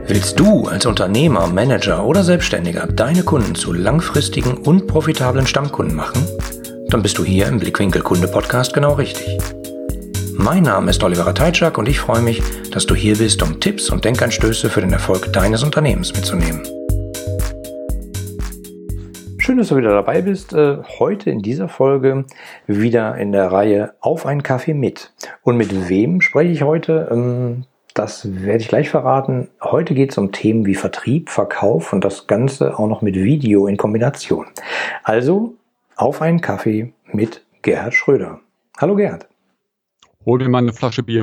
Willst du als Unternehmer, Manager oder Selbstständiger deine Kunden zu langfristigen und profitablen Stammkunden machen? Dann bist du hier im Blickwinkel Kunde Podcast genau richtig. Mein Name ist Oliver Ratajczak und ich freue mich, dass du hier bist, um Tipps und Denkanstöße für den Erfolg deines Unternehmens mitzunehmen. Schön, dass du wieder dabei bist. Heute in dieser Folge wieder in der Reihe Auf einen Kaffee mit. Und mit wem spreche ich heute? Das werde ich gleich verraten. Heute geht es um Themen wie Vertrieb, Verkauf und das Ganze auch noch mit Video in Kombination. Also auf einen Kaffee mit Gerhard Schröder. Hallo Gerhard. Hol mir mal eine Flasche Bier.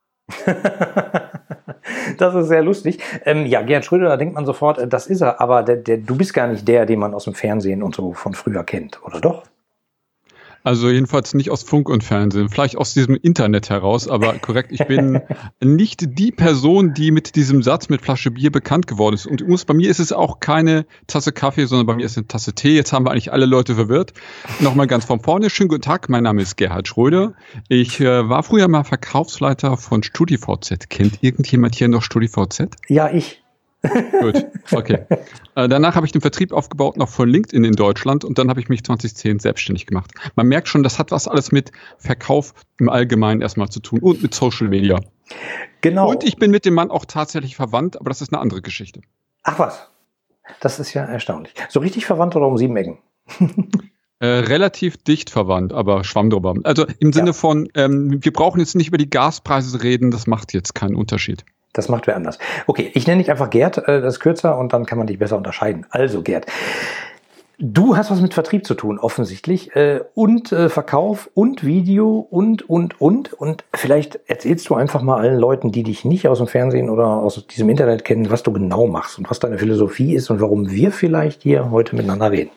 Das ist sehr lustig. Ja, Gerhard Schröder, da denkt man sofort, das ist er. Aber du bist gar nicht der, den man aus dem Fernsehen und so von früher kennt, oder doch? Also jedenfalls nicht aus Funk und Fernsehen, vielleicht aus diesem Internet heraus, aber korrekt, ich bin nicht die Person, die mit diesem Satz mit Flasche Bier bekannt geworden ist. Und bei mir ist es auch keine Tasse Kaffee, sondern bei mir ist es eine Tasse Tee. Jetzt haben wir eigentlich alle Leute verwirrt. Nochmal ganz von vorne, schönen guten Tag, mein Name ist Gerhard Schröder. Ich war früher mal Verkaufsleiter von StudiVZ. Kennt irgendjemand hier noch StudiVZ? Ja, ich. Gut, okay. Danach habe ich den Vertrieb aufgebaut, noch von LinkedIn in Deutschland, und dann habe ich mich 2010 selbstständig gemacht. Man merkt schon, das hat was alles mit Verkauf im Allgemeinen erstmal zu tun und mit Social Media. Genau. Und ich bin mit dem Mann auch tatsächlich verwandt, aber das ist eine andere Geschichte. Ach was, das ist ja erstaunlich. So richtig verwandt oder um 7 Ecken? Relativ dicht verwandt, aber schwamm drüber. Also im Sinne von, wir brauchen jetzt nicht über die Gaspreise reden, das macht jetzt keinen Unterschied. Das macht wer anders. Okay, ich nenne dich einfach Gerd, das ist kürzer und dann kann man dich besser unterscheiden. Also Gerd, du hast was mit Vertrieb zu tun, offensichtlich, und Verkauf und Video und. Und vielleicht erzählst du einfach mal allen Leuten, die dich nicht aus dem Fernsehen oder aus diesem Internet kennen, was du genau machst und was deine Philosophie ist und warum wir vielleicht hier heute miteinander reden.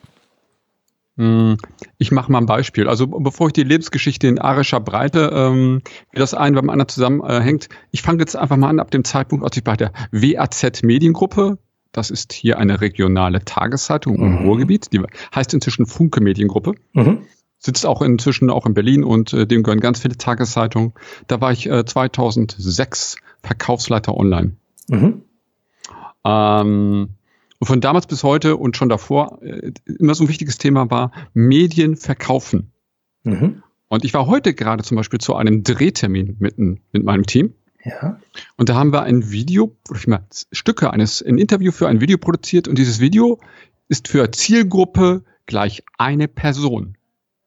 Ich mache mal ein Beispiel. Also bevor ich die Lebensgeschichte in arischer Breite, wie das ein beim anderen zusammenhängt, ich fange jetzt einfach mal an ab dem Zeitpunkt, als ich bei der WAZ Mediengruppe, das ist hier eine regionale Tageszeitung im Ruhrgebiet, die heißt inzwischen Funke Mediengruppe, sitzt auch inzwischen auch in Berlin und dem gehören ganz viele Tageszeitungen. Da war ich 2006 Verkaufsleiter online. Und von damals bis heute und schon davor immer so ein wichtiges Thema war Medien verkaufen. Und ich war heute gerade zum Beispiel zu einem Drehtermin mit meinem Team. Ja. Und da haben wir ein Video, ein Interview für ein Video produziert. Und dieses Video ist für Zielgruppe gleich eine Person.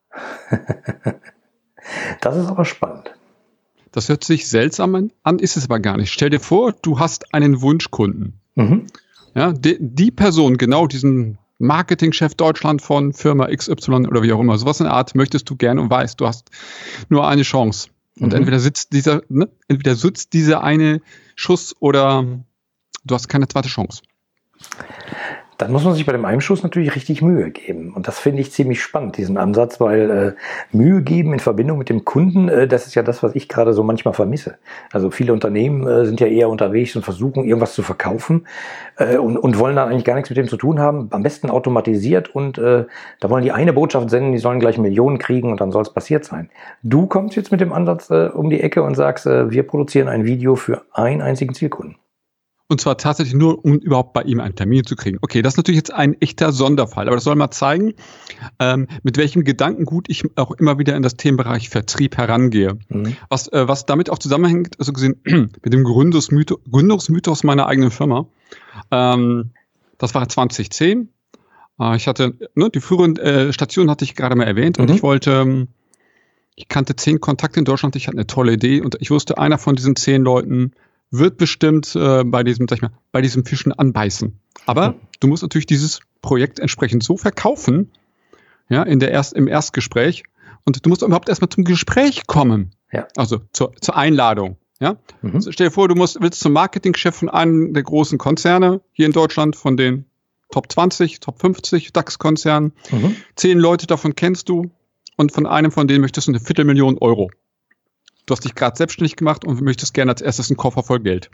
Das ist aber spannend. Das hört sich seltsam an, ist es aber gar nicht. Stell dir vor, du hast einen Wunschkunden. Ja, die Person, genau diesen Marketingchef Deutschland von Firma XY oder wie auch immer, sowas in der Art möchtest du gerne und weißt, du hast nur eine Chance. Und entweder sitzt dieser eine Schuss oder du hast keine zweite Chance. Dann muss man sich bei dem einen Schuss natürlich richtig Mühe geben. Und das finde ich ziemlich spannend, diesen Ansatz, weil Mühe geben in Verbindung mit dem Kunden, das ist ja das, was ich gerade so manchmal vermisse. Also viele Unternehmen sind ja eher unterwegs und versuchen, irgendwas zu verkaufen und wollen dann eigentlich gar nichts mit dem zu tun haben. Am besten automatisiert und da wollen die eine Botschaft senden, die sollen gleich Millionen kriegen und dann soll es passiert sein. Du kommst jetzt mit dem Ansatz um die Ecke und sagst, wir produzieren ein Video für einen einzigen Zielkunden. Und zwar tatsächlich nur, um überhaupt bei ihm einen Termin zu kriegen. Okay, das ist natürlich jetzt ein echter Sonderfall, aber das soll mal zeigen, mit welchem Gedankengut ich auch immer wieder in das Themenbereich Vertrieb herangehe. Was damit auch zusammenhängt, also gesehen, mit dem Gründungsmythos meiner eigenen Firma. Das war 2010. Ich hatte, die früheren Stationen hatte ich gerade mal erwähnt und ich kannte 10 Kontakte in Deutschland, ich hatte eine tolle Idee und ich wusste, einer von diesen 10 Leuten wird bestimmt bei diesem Fischen anbeißen. Aber du musst natürlich dieses Projekt entsprechend so verkaufen, ja, im Erstgespräch. Und du musst überhaupt erstmal zum Gespräch kommen. Ja. Also zur Einladung. Ja. Also stell dir vor, willst zum Marketingchef von einem der großen Konzerne hier in Deutschland, von den Top 20, Top 50 DAX-Konzernen. 10 Leute davon kennst du und von einem von denen möchtest du 250.000 Euro. Du hast dich gerade selbstständig gemacht und möchtest gerne als erstes einen Koffer voll Geld.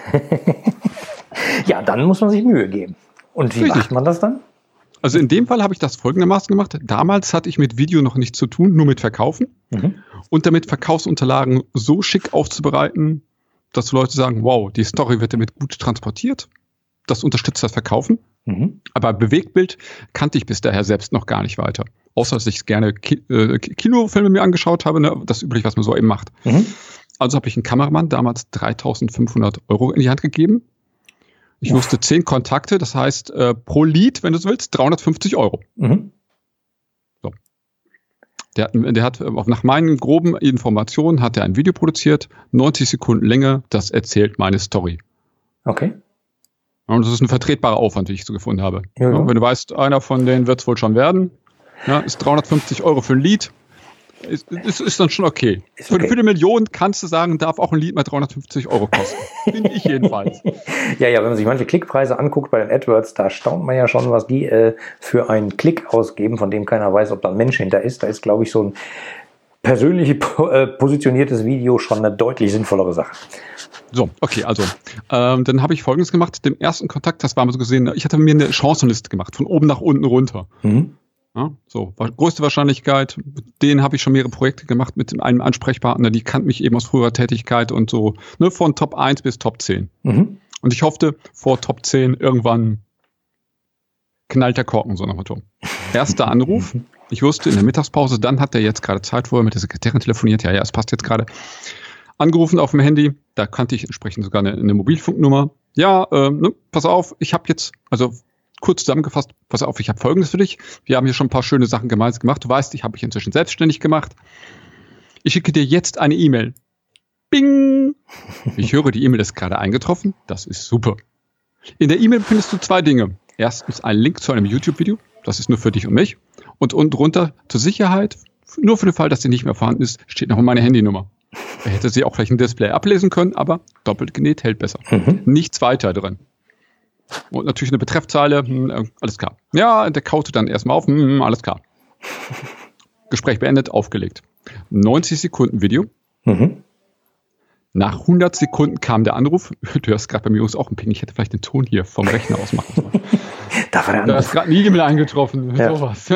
Ja, dann muss man sich Mühe geben. Und wie macht man das dann? Also in dem Fall habe ich das folgendermaßen gemacht. Damals hatte ich mit Video noch nichts zu tun, nur mit Verkaufen. Und damit Verkaufsunterlagen so schick aufzubereiten, dass Leute sagen, wow, die Story wird damit gut transportiert. Das unterstützt das Verkaufen. Aber Bewegtbild kannte ich bis daher selbst noch gar nicht weiter. Außer, dass ich gerne Kinofilme mir angeschaut habe, ne? Das üblich, was man so eben macht. Also habe ich einen Kameramann damals 3.500 € in die Hand gegeben. Ich wusste 10 Kontakte, das heißt pro Lied, wenn du so willst, 350 €. So. Der hat nach meinen groben Informationen hat er ein Video produziert, 90 Sekunden Länge, das erzählt meine Story. Okay. Und das ist ein vertretbarer Aufwand, wie ich so gefunden habe. Ja. Wenn du weißt, einer von denen wird es wohl schon werden, ist 350 € für ein Lied, ist dann schon okay. Für eine Million kannst du sagen, darf auch ein Lied mal 350 € kosten. Finde ich jedenfalls. Ja, wenn man sich manche Klickpreise anguckt bei den AdWords, da staunt man ja schon, was die für einen Klick ausgeben, von dem keiner weiß, ob da ein Mensch hinter ist. Da ist, glaube ich, so ein persönlich positioniertes Video schon eine deutlich sinnvollere Sache. So, okay, also dann habe ich Folgendes gemacht. Dem ersten Kontakt, das war mal so gesehen, ich hatte mir eine Chancenliste gemacht, von oben nach unten runter. Ja, so, größte Wahrscheinlichkeit, mit denen habe ich schon mehrere Projekte gemacht mit einem Ansprechpartner, die kannte mich eben aus früherer Tätigkeit und so, ne, von Top 1 bis Top 10. Und ich hoffte, vor Top 10 irgendwann knallt der Korken, so nach dem Motto. Erster Anruf, ich wusste in der Mittagspause, dann hat er jetzt gerade Zeit, wo er mit der Sekretärin telefoniert, ja, es passt jetzt gerade. Angerufen auf dem Handy, da kannte ich entsprechend sogar eine Mobilfunknummer. Ja, pass auf, ich habe jetzt, also kurz zusammengefasst, pass auf, ich habe Folgendes für dich. Wir haben hier schon ein paar schöne Sachen gemeinsam gemacht. Du weißt, ich habe mich inzwischen selbstständig gemacht. Ich schicke dir jetzt eine E-Mail. Bing! Ich höre, die E-Mail ist gerade eingetroffen. Das ist super. In der E-Mail findest du 2 Dinge. Erstens einen Link zu einem YouTube-Video. Das ist nur für dich und mich. Und unten drunter zur Sicherheit, nur für den Fall, dass sie nicht mehr vorhanden ist, steht noch meine Handynummer. Er hätte sie auch gleich ein Display ablesen können, aber doppelt genäht hält besser. Nichts weiter drin. Und natürlich eine Betreffzeile, alles klar. Ja, der kaute dann erstmal auf, alles klar. Gespräch beendet, aufgelegt. 90 Sekunden Video. Nach 100 Sekunden kam der Anruf. Du hörst gerade bei mir auch ein Ping, ich hätte vielleicht den Ton hier vom Rechner aus machen sollen. Da ist gerade eine E-Mail eingetroffen. Ja. Sowas.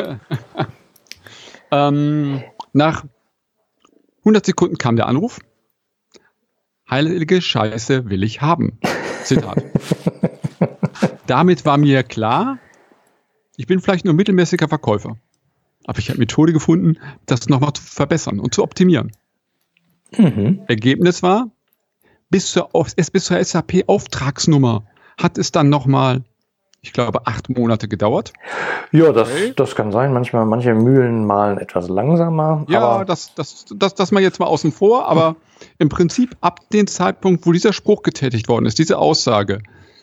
Nach 100 Sekunden kam der Anruf. Heilige Scheiße will ich haben. Zitat. Damit war mir klar, ich bin vielleicht nur mittelmäßiger Verkäufer. Aber ich habe Methode gefunden, das nochmal zu verbessern und zu optimieren. Ergebnis war, bis zur SAP-Auftragsnummer hat es dann nochmal, ich glaube, 8 Monate gedauert. Ja, das kann sein. Manchmal, manche Mühlen mahlen etwas langsamer. Ja, aber das mal jetzt mal außen vor, aber im Prinzip ab dem Zeitpunkt, wo dieser Spruch getätigt worden ist, diese Aussage,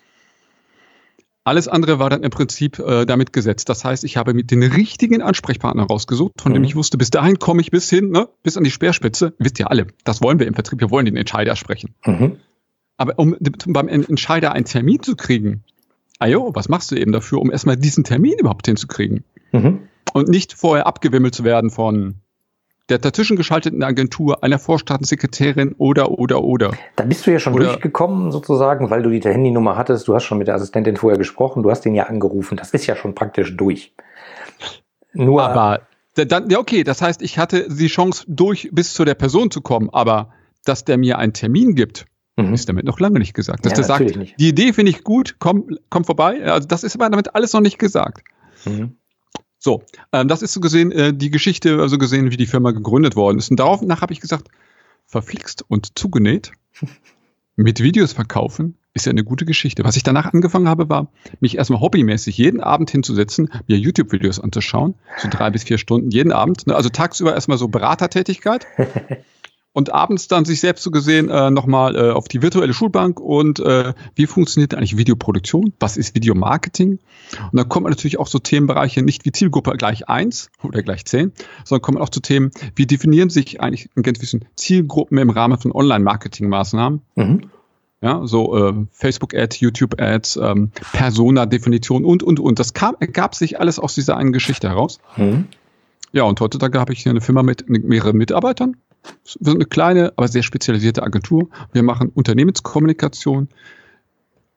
alles andere war dann im Prinzip damit gesetzt. Das heißt, ich habe mit den richtigen Ansprechpartner rausgesucht, von dem ich wusste, bis dahin komme ich bis hin, bis an die Speerspitze. Wisst ihr alle, das wollen wir im Vertrieb, wir wollen den Entscheider sprechen. Aber um beim Entscheider einen Termin zu kriegen, was machst du eben dafür, um erstmal diesen Termin überhaupt hinzukriegen? Und nicht vorher abgewimmelt zu werden von der dazwischen geschalteten Agentur, einer Vorstandssekretärin oder. Da bist du ja schon durchgekommen sozusagen, weil du die Handynummer hattest. Du hast schon mit der Assistentin vorher gesprochen, du hast den ja angerufen. Das ist ja schon praktisch durch. Nur. Aber dann, ja okay, das heißt, ich hatte die Chance, bis zu der Person zu kommen, aber dass der mir einen Termin gibt, ist damit noch lange nicht gesagt. Dass der sagt, nicht. Die Idee finde ich gut, komm vorbei. Also das ist aber damit alles noch nicht gesagt. So, das ist so gesehen die Geschichte, so gesehen, wie die Firma gegründet worden ist. Und danach habe ich gesagt, verflixt und zugenäht, mit Videos verkaufen, ist ja eine gute Geschichte. Was ich danach angefangen habe, war, mich erstmal hobbymäßig jeden Abend hinzusetzen, mir YouTube-Videos anzuschauen, so 3 bis 4 Stunden jeden Abend. Also tagsüber erstmal so Beratertätigkeit. Und abends dann sich selbst so gesehen nochmal auf die virtuelle Schulbank und wie funktioniert eigentlich Videoproduktion? Was ist Videomarketing? Und dann kommt man natürlich auch so Themenbereiche, nicht wie Zielgruppe gleich 1 oder gleich 10, sondern kommen auch zu Themen, wie definieren sich eigentlich in gewissen Zielgruppen im Rahmen von Online-Marketing-Maßnahmen? Ja, so Facebook-Ads, YouTube-Ads, Persona-Definition und. Das ergab sich alles aus dieser einen Geschichte heraus. Ja, und heutzutage habe ich hier eine Firma mit mehreren Mitarbeitern. Wir sind eine kleine, aber sehr spezialisierte Agentur. Wir machen Unternehmenskommunikation.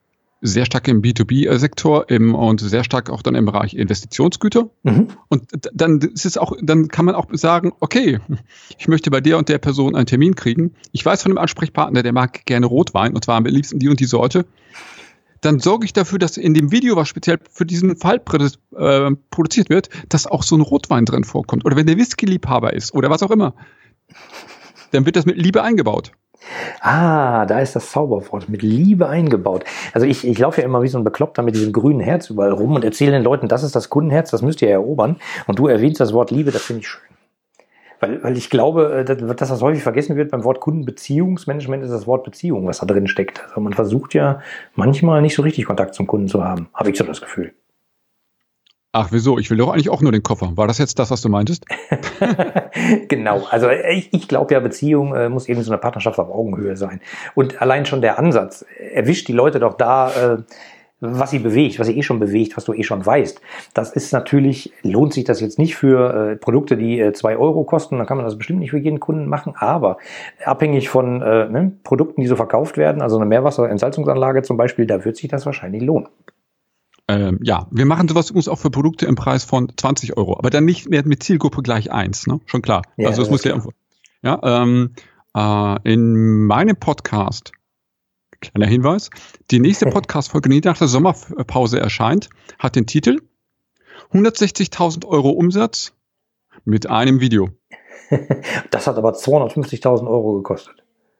sehr stark im B2B-Sektor und sehr stark auch dann im Bereich Investitionsgüter. Und dann ist es auch, dann kann man auch sagen, okay, ich möchte bei der und der Person einen Termin kriegen. Ich weiß von dem Ansprechpartner, der mag gerne Rotwein, und zwar am liebsten die und die Sorte. Dann sorge ich dafür, dass in dem Video, was speziell für diesen Fall produziert wird, dass auch so ein Rotwein drin vorkommt. Oder wenn der Whisky-Liebhaber ist oder was auch immer, dann wird das mit Liebe eingebaut. Ah, da ist das Zauberwort, mit Liebe eingebaut. Also ich laufe ja immer wie so ein Bekloppter mit diesem grünen Herz überall rum und erzähle den Leuten, das ist das Kundenherz, das müsst ihr erobern. Und du erwähnst das Wort Liebe, das finde ich schön. Weil ich glaube, dass das häufig vergessen wird beim Wort Kundenbeziehungsmanagement, ist das Wort Beziehung, was da drin steckt. Also man versucht ja manchmal nicht so richtig Kontakt zum Kunden zu haben, habe ich so das Gefühl. Ach, wieso? Ich will doch eigentlich auch nur den Koffer. War das jetzt das, was du meintest? Genau, also ich glaube ja, Beziehung muss eben so eine Partnerschaft auf Augenhöhe sein. Und allein schon der Ansatz erwischt die Leute doch da, was sie bewegt, was sie schon bewegt, was du schon weißt. Das ist natürlich, lohnt sich das jetzt nicht für Produkte, die 2 Euro kosten, dann kann man das bestimmt nicht für jeden Kunden machen, aber abhängig von Produkten, die so verkauft werden, also eine Meerwasserentsalzungsanlage zum Beispiel, da wird sich das wahrscheinlich lohnen. Ja, wir machen sowas übrigens auch für Produkte im Preis von 20 Euro, aber dann nicht mehr mit Zielgruppe gleich 1, ne? Schon klar. Ja, also es muss in meinem Podcast, kleiner Hinweis, die nächste Podcast-Folge, die nach der Sommerpause erscheint, hat den Titel 160.000 Euro Umsatz mit einem Video. Das hat aber 250.000 Euro gekostet.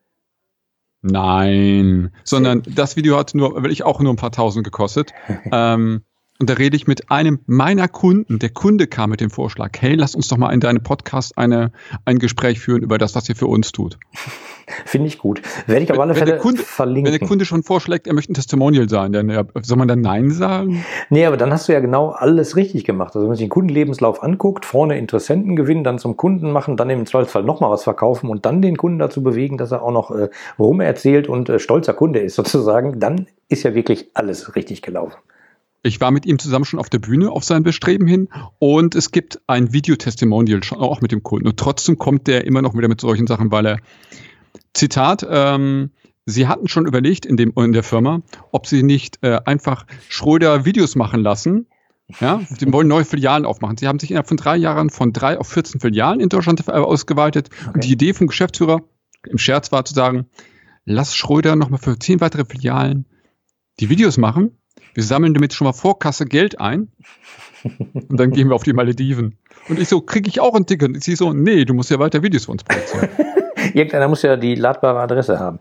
Nein, sondern das Video hat wirklich auch nur ein paar Tausend gekostet. Und da rede ich mit einem meiner Kunden. Der Kunde kam mit dem Vorschlag, hey, lass uns doch mal in deinem Podcast ein Gespräch führen über das, was ihr für uns tut. Finde ich gut. Werde ich auf alle Fälle verlinken. Wenn der Kunde schon vorschlägt, er möchte ein Testimonial sein, dann soll man dann Nein sagen? Nee, aber dann hast du ja genau alles richtig gemacht. Also wenn man sich den Kundenlebenslauf anguckt, vorne Interessenten gewinnen, dann zum Kunden machen, dann im Zweifelsfall nochmal was verkaufen und dann den Kunden dazu bewegen, dass er auch noch rum erzählt und stolzer Kunde ist sozusagen, dann ist ja wirklich alles richtig gelaufen. Ich war mit ihm zusammen schon auf der Bühne auf sein Bestreben hin und es gibt ein Videotestimonial schon auch mit dem Kunden und trotzdem kommt der immer noch wieder mit solchen Sachen, weil er, Zitat, sie hatten schon überlegt in der Firma, ob sie nicht einfach Schröder Videos machen lassen. Ja, sie wollen neue Filialen aufmachen. Sie haben sich innerhalb von 3 Jahren von 3 auf 14 Filialen in Deutschland ausgeweitet. Okay. Und die Idee vom Geschäftsführer im Scherz war zu sagen, lass Schröder nochmal für 10 weitere Filialen die Videos machen. Wir sammeln damit schon mal Vorkasse Geld ein und dann gehen wir auf die Malediven. Und ich so, kriege ich auch ein Ticket? Und sie so, nee, du musst ja weiter Videos für uns produzieren. Irgendeiner muss ja die ladbare Adresse haben.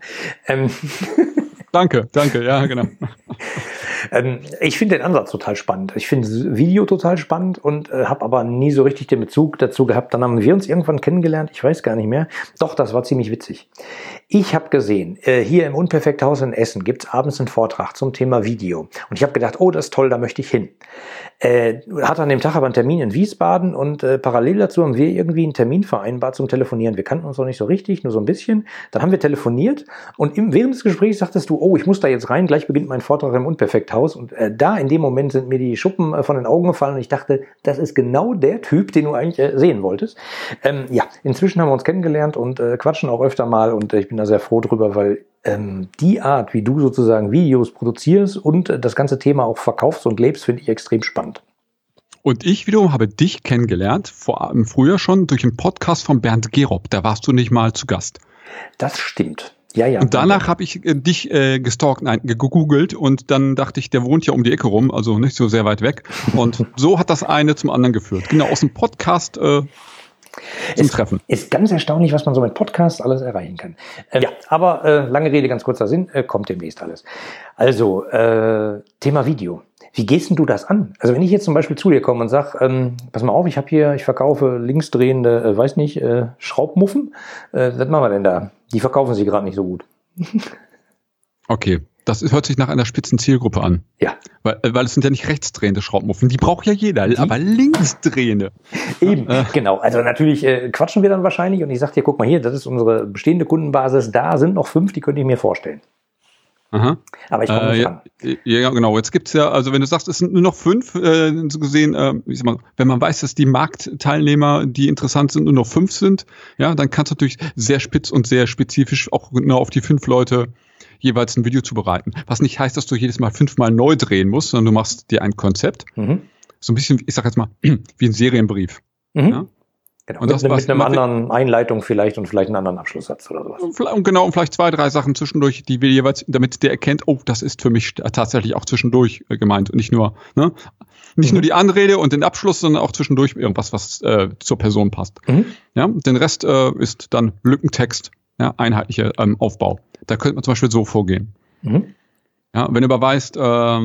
Danke, ja, genau. Ich finde den Ansatz total spannend. Ich finde das Video total spannend und habe aber nie so richtig den Bezug dazu gehabt. Dann haben wir uns irgendwann kennengelernt, ich weiß gar nicht mehr. Doch, das war ziemlich witzig. Ich habe gesehen, hier im Unperfekthaus in Essen gibt's abends einen Vortrag zum Thema Video. Und ich habe gedacht, oh, das ist toll, da möchte ich hin. Hatte an dem Tag aber einen Termin in Wiesbaden und parallel dazu haben wir irgendwie einen Termin vereinbart zum Telefonieren. Wir kannten uns noch nicht so richtig, nur so ein bisschen. Dann haben wir telefoniert und während des Gesprächs sagtest du, oh, ich muss da jetzt rein, gleich beginnt mein Vortrag im Unperfekthaus. Und da in dem Moment sind mir die Schuppen von den Augen gefallen und ich dachte, das ist genau der Typ, den du eigentlich sehen wolltest. Ja, inzwischen haben wir uns kennengelernt und quatschen auch öfter mal und ich bin da sehr froh drüber, weil die Art, wie du sozusagen Videos produzierst und das ganze Thema auch verkaufst und lebst, finde ich extrem spannend. Und ich wiederum habe dich kennengelernt, früher schon, durch einen Podcast von Bernd Gerob. Da warst du nicht mal zu Gast. Das stimmt. Ja. Und danach habe ich dich gegoogelt und dann dachte ich, der wohnt ja um die Ecke rum, also nicht so sehr weit weg. Und so hat das eine zum anderen geführt. Genau, aus dem Podcast zum Treffen. Ist ganz erstaunlich, was man so mit Podcasts alles erreichen kann. Ja, aber lange Rede, ganz kurzer Sinn, kommt demnächst alles. Also, Thema Video. Wie gehst denn du das an? Also wenn ich jetzt zum Beispiel zu dir komme und sage, pass mal auf, ich verkaufe linksdrehende, Schraubmuffen. Was machen wir denn da? Die verkaufen sie gerade nicht so gut. Okay, das hört sich nach einer spitzen Zielgruppe an. Ja. Weil es sind ja nicht rechtsdrehende Schraubmuffen, die braucht ja jeder, aber linksdrehende. Eben, genau. Also natürlich quatschen wir dann wahrscheinlich und ich sage dir, guck mal hier, das ist unsere bestehende Kundenbasis, da sind noch 5, die könnte ich mir vorstellen. Aha. Aber ich komme nicht ran. Ja, genau. Jetzt gibt's ja, also wenn du sagst, es sind nur noch 5, so gesehen, ich sag mal, wenn man weiß, dass die Marktteilnehmer, die interessant sind, nur noch 5 sind, ja, dann kannst du natürlich sehr spitz und sehr spezifisch auch genau auf die 5 Leute jeweils ein Video zubereiten. Was nicht heißt, dass du jedes Mal 5-mal neu drehen musst, sondern du machst dir ein Konzept. So ein bisschen, ich sag jetzt mal, wie ein Serienbrief. Ja? Genau, und mit einem anderen Einleitung vielleicht und vielleicht einen anderen Abschlusssatz oder sowas. Genau, und vielleicht 2, 3 Sachen zwischendurch, die wir jeweils, damit der erkennt, oh, das ist für mich tatsächlich auch zwischendurch gemeint und nicht nur, ne? Nicht nur die Anrede und den Abschluss, sondern auch zwischendurch irgendwas, was zur Person passt. Ja, den Rest ist dann Lückentext, ja, einheitlicher Aufbau. Da könnte man zum Beispiel so vorgehen. Ja, wenn du aber weißt,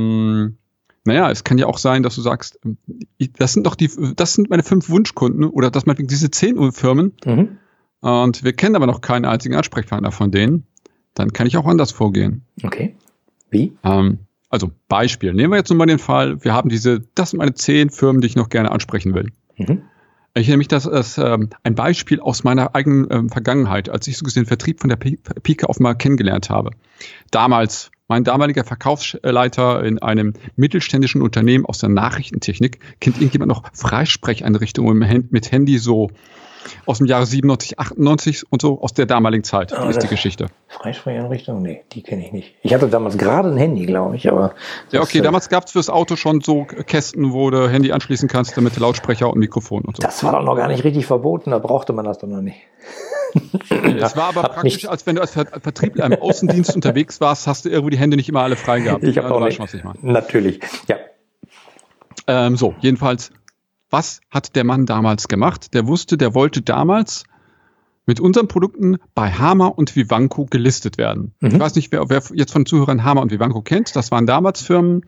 naja, es kann ja auch sein, dass du sagst, das sind meine 5 Wunschkunden oder das meinetwegen diese 10 Firmen und wir kennen aber noch keinen einzigen Ansprechpartner von denen, dann kann ich auch anders vorgehen. Okay. Wie? Also Beispiel. Nehmen wir jetzt nur mal den Fall, wir haben das sind meine 10 Firmen, die ich noch gerne ansprechen will. Ich nehme mich das als ein Beispiel aus meiner eigenen Vergangenheit, als ich so gesehen Vertrieb von der Pike auf mal kennengelernt habe. Damals, mein damaliger Verkaufsleiter in einem mittelständischen Unternehmen aus der Nachrichtentechnik, kennt irgendjemand noch Freisprecheinrichtungen mit Handy so aus dem Jahre 97, 98 und so, aus der damaligen Zeit. Die ist die Geschichte. Freisprecheinrichtung? Nee, die kenne ich nicht. Ich hatte damals gerade ein Handy, glaube ich, aber... Ja, okay, damals gab es fürs Auto schon so Kästen, wo du Handy anschließen kannst, damit Lautsprecher und Mikrofon und so. Das war doch noch gar nicht richtig verboten, da brauchte man das doch noch nicht. Es war aber praktisch, als wenn du als Vertriebler im Außendienst unterwegs warst, hast du irgendwo die Hände nicht immer alle frei gehabt. Ich habe auch nicht. Natürlich, ja. So, jedenfalls, was hat der Mann damals gemacht? Der wollte damals mit unseren Produkten bei Hama und Vivanco gelistet werden. Ich weiß nicht, wer jetzt von Zuhörern Hama und Vivanco kennt. Das waren damals Firmen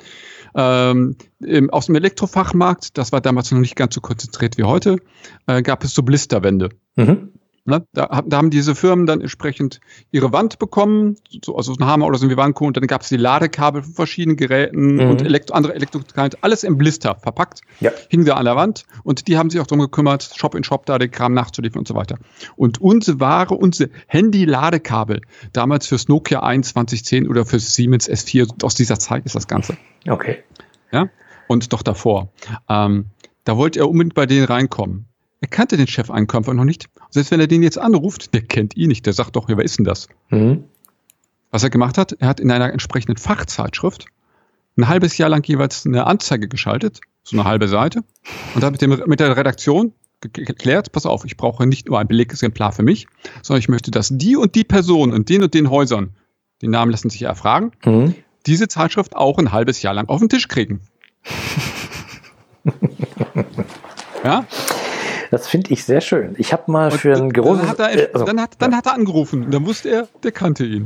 aus dem Elektrofachmarkt. Das war damals noch nicht ganz so konzentriert wie heute. Gab es so Blisterwände. Ne? Da haben diese Firmen dann entsprechend ihre Wand bekommen, also ein Hama oder so ein Vivanco, und dann gab es die Ladekabel von verschiedenen Geräten und andere Elektrogeräte, alles im Blister verpackt, hing da an der Wand, und die haben sich auch darum gekümmert, Shop in Shop da den Kram nachzuliefern und so weiter. Und unsere Handy-Ladekabel, damals fürs Nokia 2110 oder fürs Siemens S4, aus dieser Zeit ist das Ganze. Okay. Ja, und doch davor. Da wollte er unbedingt bei denen reinkommen. Er kannte den Chefeinkäufer noch nicht. Selbst wenn er den jetzt anruft, der kennt ihn nicht. Der sagt doch, ja, wer ist denn das? Was er gemacht hat, er hat in einer entsprechenden Fachzeitschrift ein halbes Jahr lang jeweils eine Anzeige geschaltet, so eine halbe Seite, und hat mit der Redaktion geklärt, pass auf, ich brauche nicht nur ein Belegexemplar für mich, sondern ich möchte, dass die und die Person in den und den Häusern, die Namen lassen sich erfragen, diese Zeitschrift auch ein halbes Jahr lang auf den Tisch kriegen. Ja? Das finde ich sehr schön. Ich habe mal für ein großes... Dann hat er angerufen. Und dann wusste er, der kannte ihn.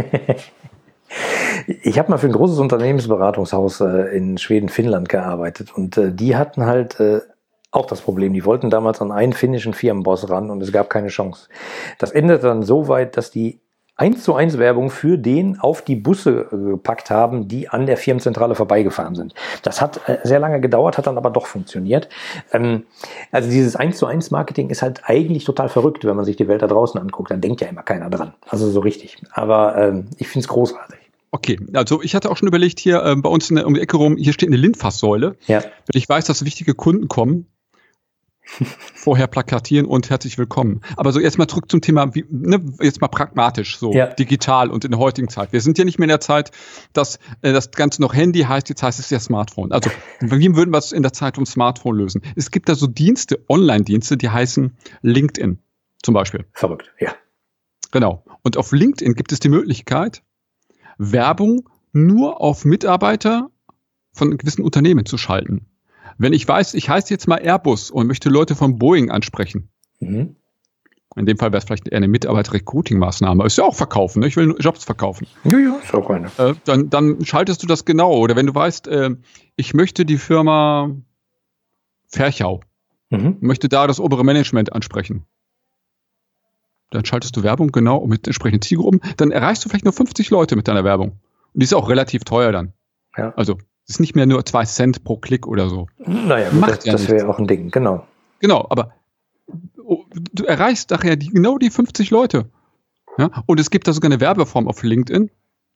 Ich habe mal für ein großes Unternehmensberatungshaus in Schweden, Finnland gearbeitet. Und die hatten halt auch das Problem. Die wollten damals an einen finnischen Firmenboss ran und es gab keine Chance. Das endete dann so weit, dass die 1:1 Werbung für den auf die Busse gepackt haben, die an der Firmenzentrale vorbeigefahren sind. Das hat sehr lange gedauert, hat dann aber doch funktioniert. Also dieses 1:1 Marketing ist halt eigentlich total verrückt, wenn man sich die Welt da draußen anguckt. Dann denkt ja immer keiner dran. Also so richtig. Aber ich finde es großartig. Okay, also ich hatte auch schon überlegt, hier bei uns um die Ecke rum, hier steht eine Lindfasssäule. Ja. Wenn ich weiß, dass wichtige Kunden kommen, vorher plakatieren und herzlich willkommen. Aber so jetzt mal zurück zum Thema, jetzt mal pragmatisch, so digital und in der heutigen Zeit. Wir sind ja nicht mehr in der Zeit, dass das Ganze noch Handy heißt, jetzt heißt es ja Smartphone. Also wie würden wir es in der Zeit um Smartphone lösen? Es gibt da so Dienste, Online-Dienste, die heißen LinkedIn zum Beispiel. Verrückt, ja. Genau. Und auf LinkedIn gibt es die Möglichkeit, Werbung nur auf Mitarbeiter von gewissen Unternehmen zu schalten. Wenn ich weiß, ich heiße jetzt mal Airbus und möchte Leute von Boeing ansprechen. In dem Fall wäre es vielleicht eher eine Mitarbeiter-Recruiting-Maßnahme. Ist ja auch verkaufen, ne? Ich will Jobs verkaufen. Ja, ist auch eine. Dann schaltest du das genau. Oder wenn du weißt, ich möchte die Firma Ferchau, möchte da das obere Management ansprechen. Dann schaltest du Werbung genau mit entsprechenden Zielgruppen. Dann erreichst du vielleicht nur 50 Leute mit deiner Werbung. Und die ist auch relativ teuer dann. Ja. Also es ist nicht mehr nur 2 Cent pro Klick oder so. Naja, gut, das wäre auch ein Ding, genau. Genau, aber du erreichst nachher genau die 50 Leute. Ja? Und es gibt da sogar eine Werbeform auf LinkedIn.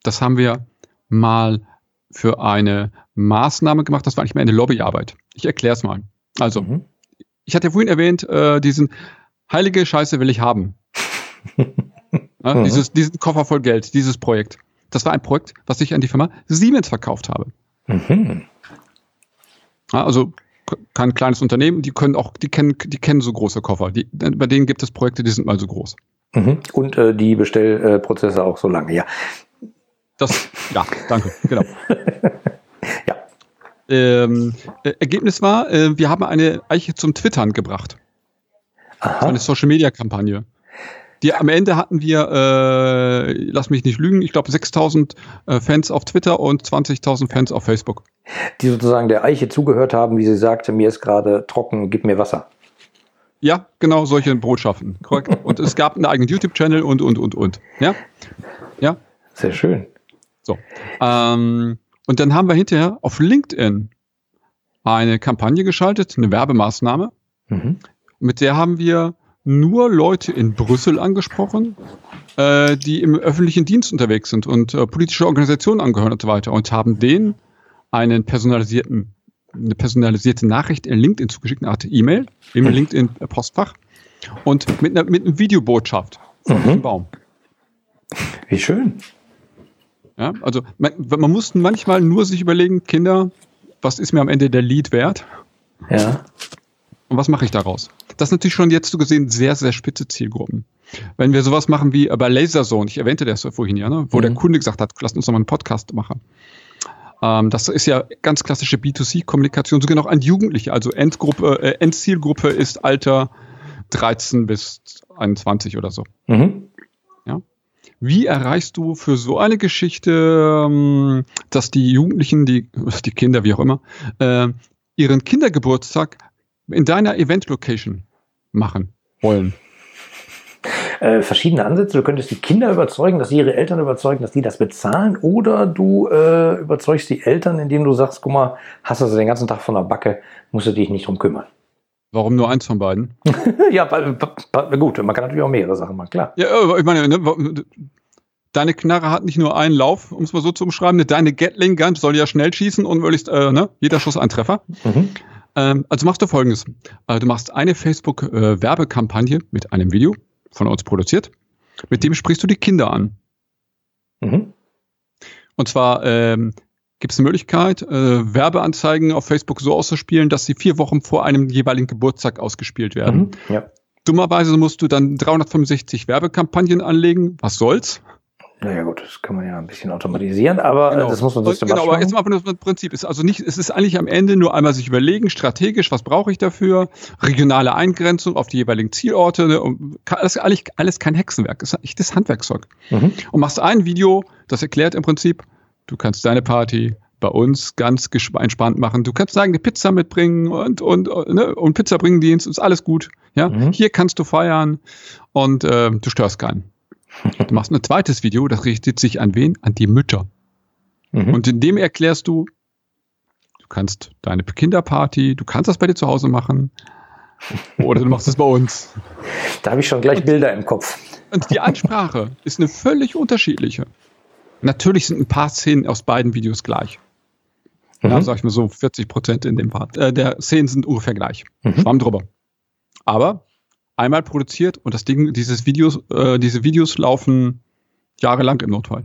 das haben wir mal für eine Maßnahme gemacht. Das war eigentlich mehr eine Lobbyarbeit. Ich erkläre es mal. Also, ich hatte ja vorhin erwähnt, diesen heilige Scheiße will ich haben. Ja, diesen Koffer voll Geld, dieses Projekt. Das war ein Projekt, was ich an die Firma Siemens verkauft habe. Ja, also kein kleines Unternehmen, die kennen so große Koffer. Bei denen gibt es Projekte, die sind mal so groß. Und die Bestellprozesse auch so lange, ja. Ja, danke, genau. Ja. Ergebnis war, wir haben eine Eiche zum Twittern gebracht. Aha. So eine Social-Media-Kampagne. Am Ende hatten wir, lass mich nicht lügen, ich glaube 6.000 Fans auf Twitter und 20.000 Fans auf Facebook. Die sozusagen der Eiche zugehört haben, wie sie sagte, mir ist gerade trocken, gib mir Wasser. Ja, genau, solche Botschaften, korrekt. Und es gab einen eigenen YouTube-Channel und. Ja? Ja? Sehr schön. So. Und dann haben wir hinterher auf LinkedIn eine Kampagne geschaltet, eine Werbemaßnahme. Mit der haben wir nur Leute in Brüssel angesprochen, die im öffentlichen Dienst unterwegs sind und politische Organisationen angehören und so weiter und haben denen eine personalisierte Nachricht in LinkedIn zugeschickt, eine Art E-Mail im LinkedIn-Postfach und mit einer Videobotschaft von diesem Baum. Wie schön. Ja, also man muss manchmal nur sich überlegen, Kinder, was ist mir am Ende der Lead wert? Ja. Und was mache ich daraus? Das ist natürlich schon jetzt so gesehen sehr, sehr spitze Zielgruppen. Wenn wir sowas machen wie bei Laserzone, ich erwähnte das ja vorhin, ja, ne, wo der Kunde gesagt hat, lass uns doch mal einen Podcast machen. Das ist ja ganz klassische B2C-Kommunikation, sogar noch an Jugendliche. Also Endzielgruppe ist Alter 13 bis 21 oder so. Ja. Wie erreichst du für so eine Geschichte, dass die Jugendlichen, die Kinder, wie auch immer, ihren Kindergeburtstag in deiner Event-Location machen wollen? Verschiedene Ansätze. Du könntest die Kinder überzeugen, dass sie ihre Eltern überzeugen, dass die das bezahlen, oder du überzeugst die Eltern, indem du sagst, guck mal, hast du das den ganzen Tag von der Backe, musst du dich nicht drum kümmern. Warum nur eins von beiden? Ja, gut, man kann natürlich auch mehrere Sachen machen, klar. Ja, ich meine, deine Knarre hat nicht nur einen Lauf, um es mal so zu umschreiben, deine Gatling Gun soll ja schnell schießen und möglichst, jeder Schuss ein Treffer. Also machst du Folgendes. Du machst eine Facebook-Werbekampagne mit einem Video, von uns produziert, mit dem sprichst du die Kinder an. Und zwar gibt es eine Möglichkeit, Werbeanzeigen auf Facebook so auszuspielen, dass sie 4 Wochen vor einem jeweiligen Geburtstag ausgespielt werden. Ja. Dummerweise musst du dann 365 Werbekampagnen anlegen. Was soll's? Naja gut, das kann man ja ein bisschen automatisieren, aber das muss man systematisch machen. Aber jetzt mal das Prinzip ist also nicht, es ist eigentlich am Ende nur einmal sich überlegen, strategisch, was brauche ich dafür, regionale Eingrenzung auf die jeweiligen Zielorte, ne, und alles kein Hexenwerk, das ist echtes Handwerkszeug. Und machst ein Video, das erklärt im Prinzip, du kannst deine Party bei uns ganz entspannt machen, du kannst eine Pizza mitbringen und Pizzabringdienst, ist alles gut. Ja? Hier kannst du feiern und du störst keinen. Du machst ein zweites Video, das richtet sich an wen? An die Mütter. Und in dem erklärst du kannst deine Kinderparty, du kannst das bei dir zu Hause machen oder du machst es bei uns. Da habe ich schon gleich Bilder im Kopf. Und die Ansprache ist eine völlig unterschiedliche. Natürlich sind ein paar Szenen aus beiden Videos gleich. Ja, sag ich mal so, 40% in dem Part. Der Szenen sind ungefähr gleich. Schwamm drüber. Aber einmal produziert und diese Videos laufen jahrelang im Notfall.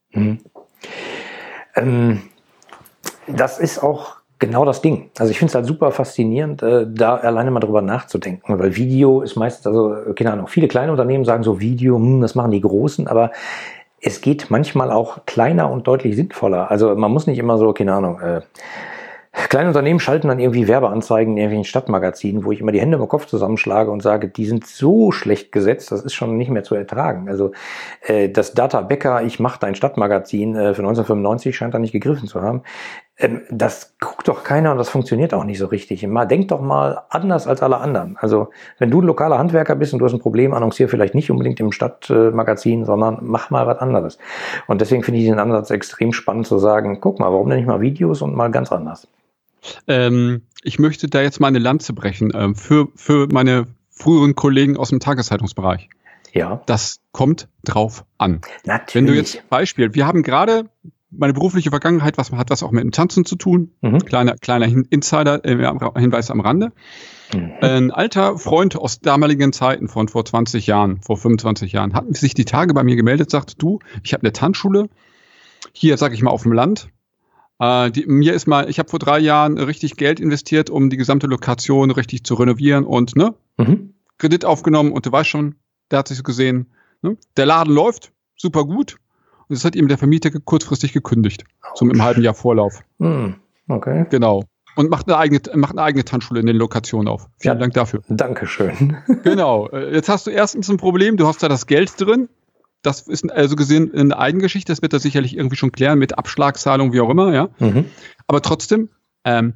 Das ist auch genau das Ding. Also ich finde es halt super faszinierend, da alleine mal drüber nachzudenken, weil Video ist meistens, also keine Ahnung, viele kleine Unternehmen sagen so Video, das machen die Großen, aber es geht manchmal auch kleiner und deutlich sinnvoller. Also man muss nicht immer so, keine Ahnung, kleine Unternehmen schalten dann irgendwie Werbeanzeigen in irgendwelchen Stadtmagazinen, wo ich immer die Hände im Kopf zusammenschlage und sage, die sind so schlecht gesetzt, das ist schon nicht mehr zu ertragen. Also das Data Becker, ich mache dein Stadtmagazin für 1995 scheint da nicht gegriffen zu haben. Das guckt doch keiner und das funktioniert auch nicht so richtig. Denk doch mal anders als alle anderen. Also wenn du ein lokaler Handwerker bist und du hast ein Problem, annonciere vielleicht nicht unbedingt im Stadtmagazin, sondern mach mal was anderes. Und deswegen finde ich den Ansatz extrem spannend zu sagen, guck mal, warum denn nicht mal Videos und mal ganz anders? Ich möchte da jetzt mal eine Lanze brechen für meine früheren Kollegen aus dem Tageszeitungsbereich. Ja. Das kommt drauf an. Natürlich. Wenn du jetzt Beispiel, wir haben gerade meine berufliche Vergangenheit, hat was auch mit dem Tanzen zu tun. Kleiner Insider, Hinweis am Rande. Ein alter Freund aus damaligen Zeiten von vor 20 Jahren, vor 25 Jahren, hat sich die Tage bei mir gemeldet, sagt, du, ich habe eine Tanzschule, hier, sag ich mal, auf dem Land. Ich habe vor 3 Jahren richtig Geld investiert, um die gesamte Lokation richtig zu renovieren und Kredit aufgenommen und du weißt schon, der hat sich so gesehen, der Laden läuft super gut und das hat ihm der Vermieter kurzfristig gekündigt, so mit einem halben Jahr Vorlauf. Okay. Genau. Und macht eine eigene Tanzschule in den Lokationen auf. Vielen Dank dafür. Dankeschön. Genau. Jetzt hast du erstens ein Problem, du hast da das Geld drin. Das ist also gesehen eine Eigengeschichte, das wird er sicherlich irgendwie schon klären mit Abschlagszahlung, wie auch immer, ja. Aber trotzdem, er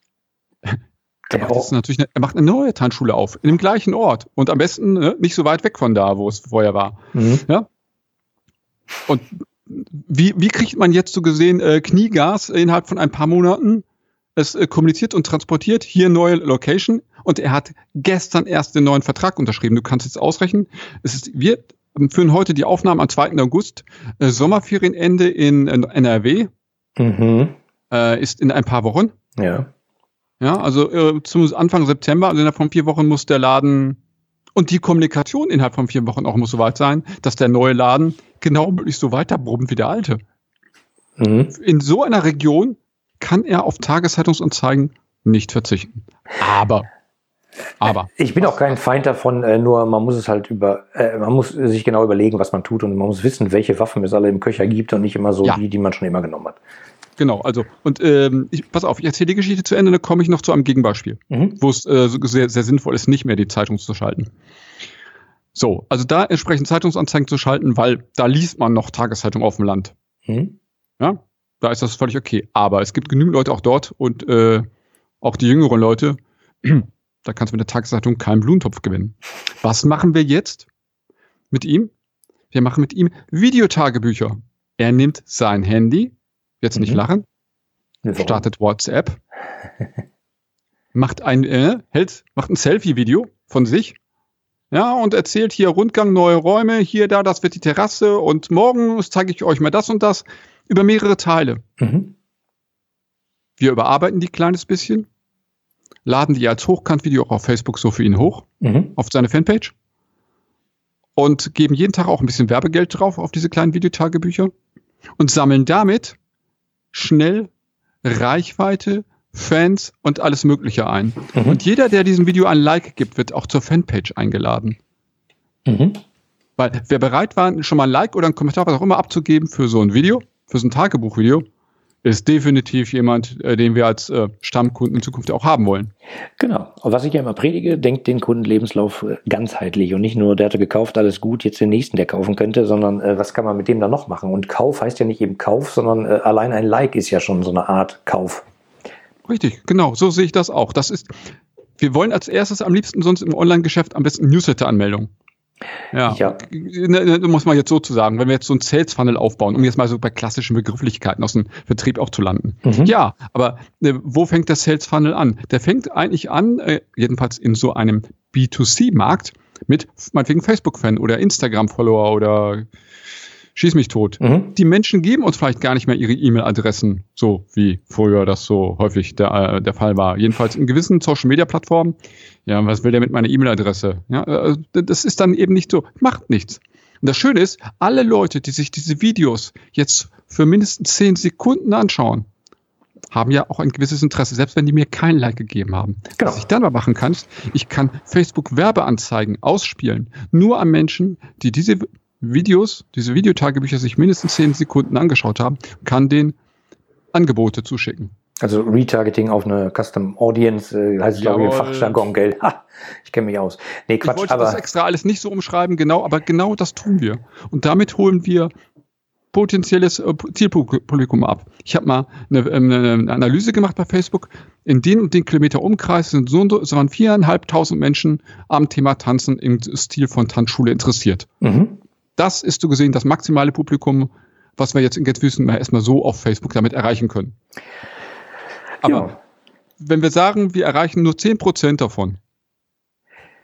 macht eine neue Tanzschule auf, in dem gleichen Ort und am besten nicht so weit weg von da, wo es vorher war. Ja? Und wie kriegt man jetzt so gesehen Kniegas innerhalb von ein paar Monaten? Es kommuniziert und transportiert, hier neue Location und er hat gestern erst den neuen Vertrag unterschrieben. Du kannst jetzt ausrechnen, wir führen heute die Aufnahmen am 2. August, Sommerferienende in NRW, ist in ein paar Wochen. Ja. Ja, also zum Anfang September, also innerhalb von 4 Wochen muss der Laden und die Kommunikation innerhalb von 4 Wochen auch muss so weit sein, dass der neue Laden genau möglichst so weiter brummt wie der alte. In so einer Region kann er auf Tageszeitungsanzeigen nicht verzichten. Aber. Ich bin auch kein Feind davon, nur man muss es halt man muss sich genau überlegen, was man tut und man muss wissen, welche Waffen es alle im Köcher gibt und nicht immer so die man schon immer genommen hat. Genau, also und pass auf, ich erzähle die Geschichte zu Ende, dann komme ich noch zu einem Gegenbeispiel, wo es sehr, sehr sinnvoll ist, nicht mehr die Zeitung zu schalten. So, also da entsprechend Zeitungsanzeigen zu schalten, weil da liest man noch Tageszeitung auf dem Land. Ja, da ist das völlig okay. Aber es gibt genügend Leute auch dort und auch die jüngeren Leute, da kannst du mit der Tageszeitung keinen Blumentopf gewinnen. Was machen wir jetzt mit ihm? Wir machen mit ihm Videotagebücher. Er nimmt sein Handy, jetzt nicht lachen, startet WhatsApp, macht ein Selfie-Video von sich, ja, und erzählt hier Rundgang, neue Räume, hier, da, das wird die Terrasse und morgen zeige ich euch mal das und das über mehrere Teile. Wir überarbeiten die kleines bisschen, laden die als Hochkantvideo auch auf Facebook so für ihn hoch, auf seine Fanpage und geben jeden Tag auch ein bisschen Werbegeld drauf auf diese kleinen Videotagebücher und sammeln damit schnell Reichweite, Fans und alles Mögliche ein. Und jeder, der diesem Video ein Like gibt, wird auch zur Fanpage eingeladen. Weil wer bereit war, schon mal ein Like oder einen Kommentar, was auch immer abzugeben für so ein Video, für so ein Tagebuchvideo, ist definitiv jemand, den wir als Stammkunden in Zukunft auch haben wollen. Genau. Und was ich ja immer predige, denkt den Kundenlebenslauf ganzheitlich und nicht nur, der hatte gekauft, alles gut, jetzt den nächsten, der kaufen könnte, sondern was kann man mit dem dann noch machen? Und Kauf heißt ja nicht eben Kauf, sondern allein ein Like ist ja schon so eine Art Kauf. Richtig, genau, so sehe ich das auch. Wir wollen als erstes am liebsten sonst im Online-Geschäft am besten Newsletter-Anmeldung. Ja, muss man jetzt so zu sagen, wenn wir jetzt so einen Sales-Funnel aufbauen, um jetzt mal so bei klassischen Begrifflichkeiten aus dem Vertrieb auch zu landen. Ja, aber wo fängt der Sales-Funnel an? Der fängt eigentlich an, jedenfalls in so einem B2C-Markt, mit meinetwegen Facebook-Fan oder Instagram-Follower oder schieß mich tot. Die Menschen geben uns vielleicht gar nicht mehr ihre E-Mail-Adressen, so wie früher das so häufig der Fall war. Jedenfalls in gewissen Social-Media-Plattformen. Ja, was will der mit meiner E-Mail-Adresse? Ja, das ist dann eben nicht so. Macht nichts. Und das Schöne ist, alle Leute, die sich diese Videos jetzt für mindestens 10 Sekunden anschauen, haben ja auch ein gewisses Interesse, selbst wenn die mir kein Like gegeben haben. Genau. Was ich dann mal machen kann, ich kann Facebook-Werbeanzeigen ausspielen, nur an Menschen, die diese Videotagebücher sich mindestens 10 Sekunden angeschaut haben, kann denen Angebote zuschicken. Also Retargeting auf eine Custom Audience, heißt es glaube ich im Fachjargon, gell? Ha, ich kenne mich aus. Nee, Quatsch, ich wollte das extra alles nicht so umschreiben, aber genau das tun wir. Und damit holen wir potenzielles Zielpublikum ab. Ich habe mal eine Analyse gemacht bei Facebook. In den und den Kilometer Umkreis waren 4.500 Menschen am Thema Tanzen im Stil von Tanzschule interessiert. Das ist so gesehen das maximale Publikum, was wir jetzt in Gänzwüsten erstmal so auf Facebook damit erreichen können. Aber wenn wir sagen, wir erreichen nur 10% davon,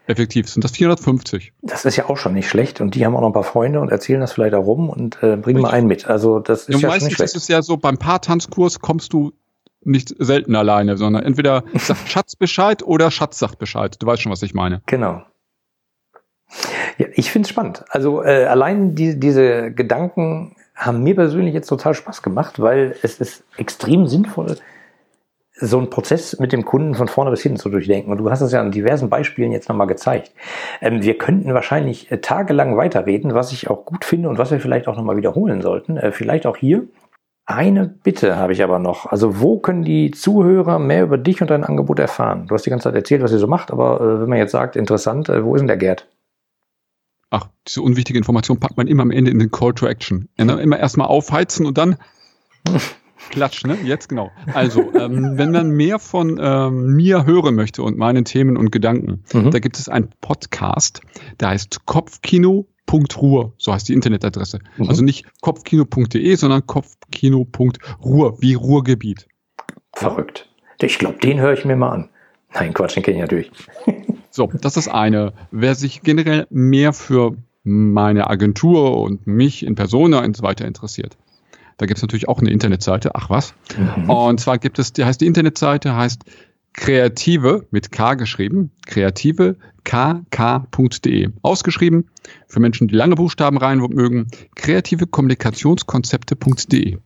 effektiv sind das 450. Das ist ja auch schon nicht schlecht. Und die haben auch noch ein paar Freunde und erzählen das vielleicht auch rum und bringen mal einen mit. Also das ist ja schon nicht schlecht. Meistens ist es ja so, beim Paartanzkurs kommst du nicht selten alleine, sondern entweder sagt Schatz Bescheid oder Schatz sagt Bescheid. Du weißt schon, was ich meine. Genau. Ja, ich finde es spannend. Also allein diese Gedanken haben mir persönlich jetzt total Spaß gemacht, weil es ist extrem sinnvoll, so einen Prozess mit dem Kunden von vorne bis hinten zu durchdenken. Und du hast es ja an diversen Beispielen jetzt nochmal gezeigt. Wir könnten wahrscheinlich tagelang weiterreden, was ich auch gut finde und was wir vielleicht auch nochmal wiederholen sollten. Vielleicht auch hier. Eine Bitte habe ich aber noch. Also wo können die Zuhörer mehr über dich und dein Angebot erfahren? Du hast die ganze Zeit erzählt, was ihr so macht, aber wenn man jetzt sagt, interessant, wo ist denn der Gerd? Ach, diese unwichtige Information packt man immer am Ende in den Call to Action. Immer erstmal aufheizen und dann klatsch, ne? Jetzt genau. Also, wenn man mehr von mir hören möchte und meinen Themen und Gedanken, da gibt es einen Podcast, der heißt Kopfkino.ruhr, so heißt die Internetadresse. Also nicht kopfkino.de, sondern kopfkino.ruhr, wie Ruhrgebiet. Verrückt. Ich glaube, den höre ich mir mal an. Nein, Quatsch, den kenne ich natürlich. So, das ist eine. Wer sich generell mehr für meine Agentur und mich in Persona und so weiter interessiert, da gibt es natürlich auch eine Internetseite. Ach was? Und zwar gibt es, die Internetseite heißt Kreative mit K geschrieben, kreative kk.de. Ausgeschrieben für Menschen, die lange Buchstaben rein mögen, kreativekommunikationskonzepte.de.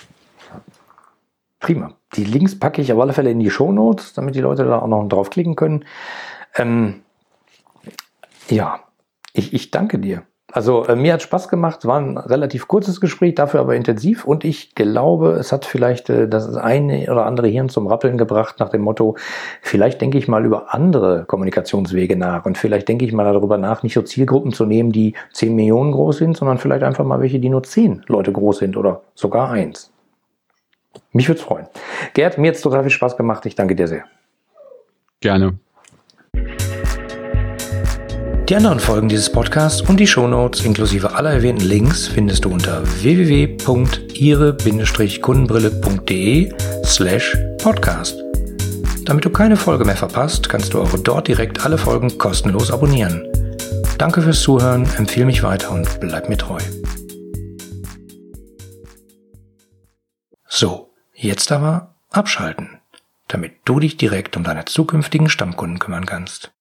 Prima. Die Links packe ich auf alle Fälle in die Shownotes, damit die Leute da auch noch draufklicken können. Ja, ich danke dir. Also mir hat Spaß gemacht, war ein relativ kurzes Gespräch, dafür aber intensiv und ich glaube, es hat vielleicht das eine oder andere Hirn zum Rappeln gebracht nach dem Motto, vielleicht denke ich mal über andere Kommunikationswege nach und vielleicht denke ich mal darüber nach, nicht so Zielgruppen zu nehmen, die 10 Millionen groß sind, sondern vielleicht einfach mal welche, die nur 10 Leute groß sind oder sogar 1. Mich würde es freuen. Gerd, mir hat es total viel Spaß gemacht, ich danke dir sehr. Gerne. Die anderen Folgen dieses Podcasts und die Shownotes inklusive aller erwähnten Links findest du unter www.ihre-kundenbrille.de/podcast. Damit du keine Folge mehr verpasst, kannst du auch dort direkt alle Folgen kostenlos abonnieren. Danke fürs Zuhören, empfehle mich weiter und bleib mir treu. So, jetzt aber abschalten, damit du dich direkt um deine zukünftigen Stammkunden kümmern kannst.